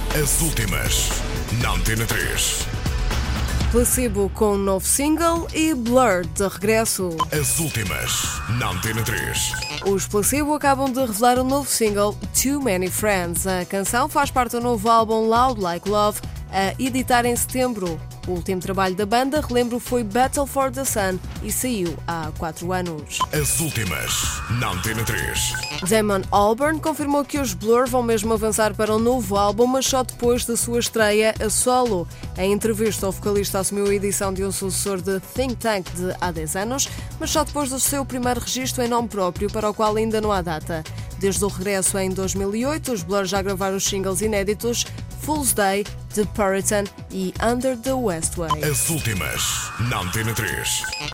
As últimas na Antena 3. Placebo com um novo single e Blur de regresso. As últimas na Antena 3. Os Placebo acabam de revelar um novo single, Too Many Friends. A canção faz parte do novo álbum Loud Like Love, a editar em setembro. O último trabalho da banda, relembro, foi Battle for the Sun e saiu há 4 anos. As últimas na Antena 3. Damon Albarn confirmou que os Blur vão mesmo avançar para um novo álbum, mas só depois da sua estreia a solo. Em entrevista, o vocalista assumiu a edição de um sucessor de Think Tank de há 10 anos, mas só depois do seu primeiro registro em nome próprio, para o qual ainda não há data. Desde o regresso em 2008, os Blur já gravaram os singles inéditos Fool's Day, The Puritan e Under the Westway. As últimas na Antena 3.